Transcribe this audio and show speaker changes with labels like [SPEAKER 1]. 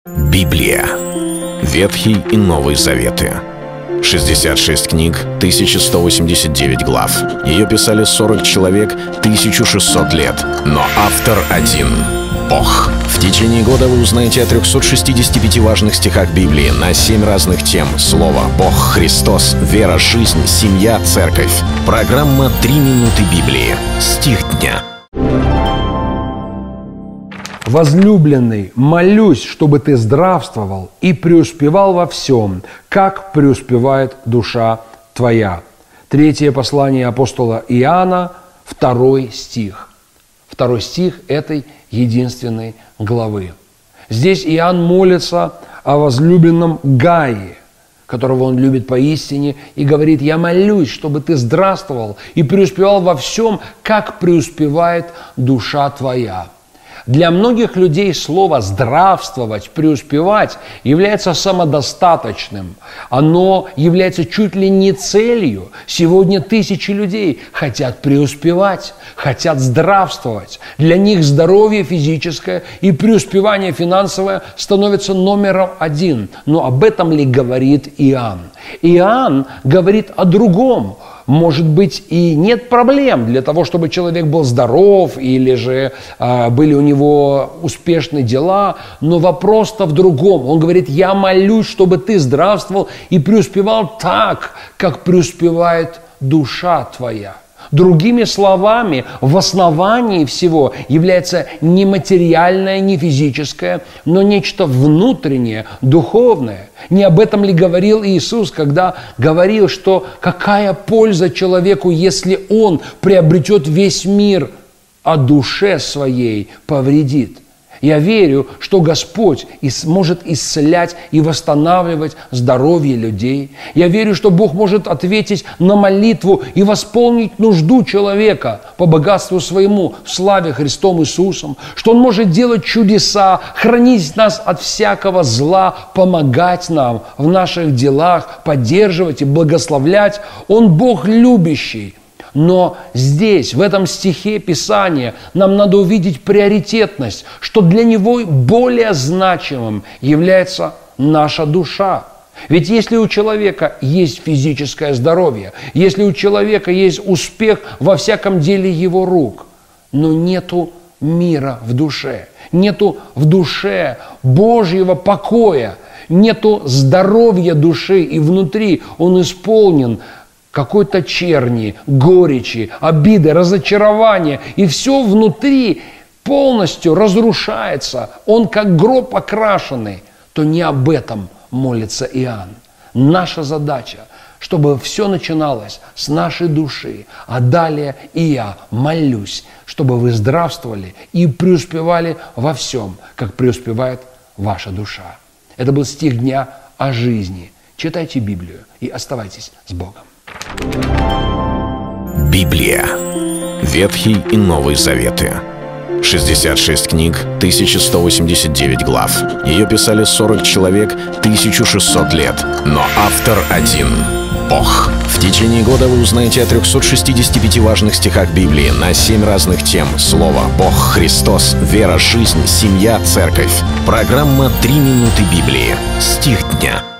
[SPEAKER 1] Библия. Ветхий и Новый Заветы. 66 книг, 1189 глав. Ее писали 40 человек, 1600 лет. Но автор один — Бог. В течение года вы узнаете о 365 важных стихах Библии на 7 разных тем. Слово, Бог, Христос, вера, жизнь, семья, церковь. Программа «3 минуты Библии». Стих дня.
[SPEAKER 2] Возлюбленный, молюсь, чтобы ты здравствовал и преуспевал во всем, как преуспевает душа твоя. Третье послание апостола Иоанна, 2 стих. 2 стих этой единственной главы. Здесь Иоанн молится о возлюбленном Гаи, которого он любит поистине, и говорит: «Я молюсь, чтобы ты здравствовал и преуспевал во всем, как преуспевает душа твоя». Для многих людей слово «здравствовать», «преуспевать» является самодостаточным. Оно является чуть ли не целью. Сегодня тысячи людей хотят преуспевать, хотят здравствовать. Для них здоровье физическое и преуспевание финансовое становится номером один. Но об этом ли говорит Иоанн? Иоанн говорит о другом. Может быть, и нет проблем для того, чтобы человек был здоров или же были у него успешные дела, но вопрос-то в другом. Он говорит: «Я молюсь, чтобы ты здравствовал и преуспевал так, как преуспевает душа твоя». Другими словами, в основании всего является не материальное, не физическое, но нечто внутреннее, духовное. Не об этом ли говорил Иисус, когда говорил, что какая польза человеку, если он приобретет весь мир, а душе своей повредит? Я верю, что Господь может исцелять и восстанавливать здоровье людей. Я верю, что Бог может ответить на молитву и восполнить нужду человека по богатству своему в славе Христом Иисусом. Что Он может делать чудеса, хранить нас от всякого зла, помогать нам в наших делах, поддерживать и благословлять. Он Бог любящий. Но здесь, в этом стихе Писания, нам надо увидеть приоритетность, что для Него более значимым является наша душа. Ведь если у человека есть физическое здоровье, если у человека есть успех во всяком деле его рук, но нету мира в душе, нету в душе Божьего покоя, нету здоровья души, и внутри он исполнен какой-то черни, горечи, обиды, разочарования, и все внутри полностью разрушается, он как гроб окрашенный, то не об этом молится Иоанн. Наша задача, чтобы все начиналось с нашей души, а далее и я молюсь, чтобы вы здравствовали и преуспевали во всем, как преуспевает ваша душа. Это был стих дня о жизни. Читайте Библию и оставайтесь с Богом.
[SPEAKER 1] Библия. Ветхий и Новый Заветы. 66 книг, 1189 глав. Ее писали 40 человек, 1600 лет. Но автор один — Бог. В течение года вы узнаете о 365 важных стихах Библии на 7 разных тем. Слово, Бог, Христос, вера, жизнь, семья, церковь. Программа «3 минуты Библии». Стих дня.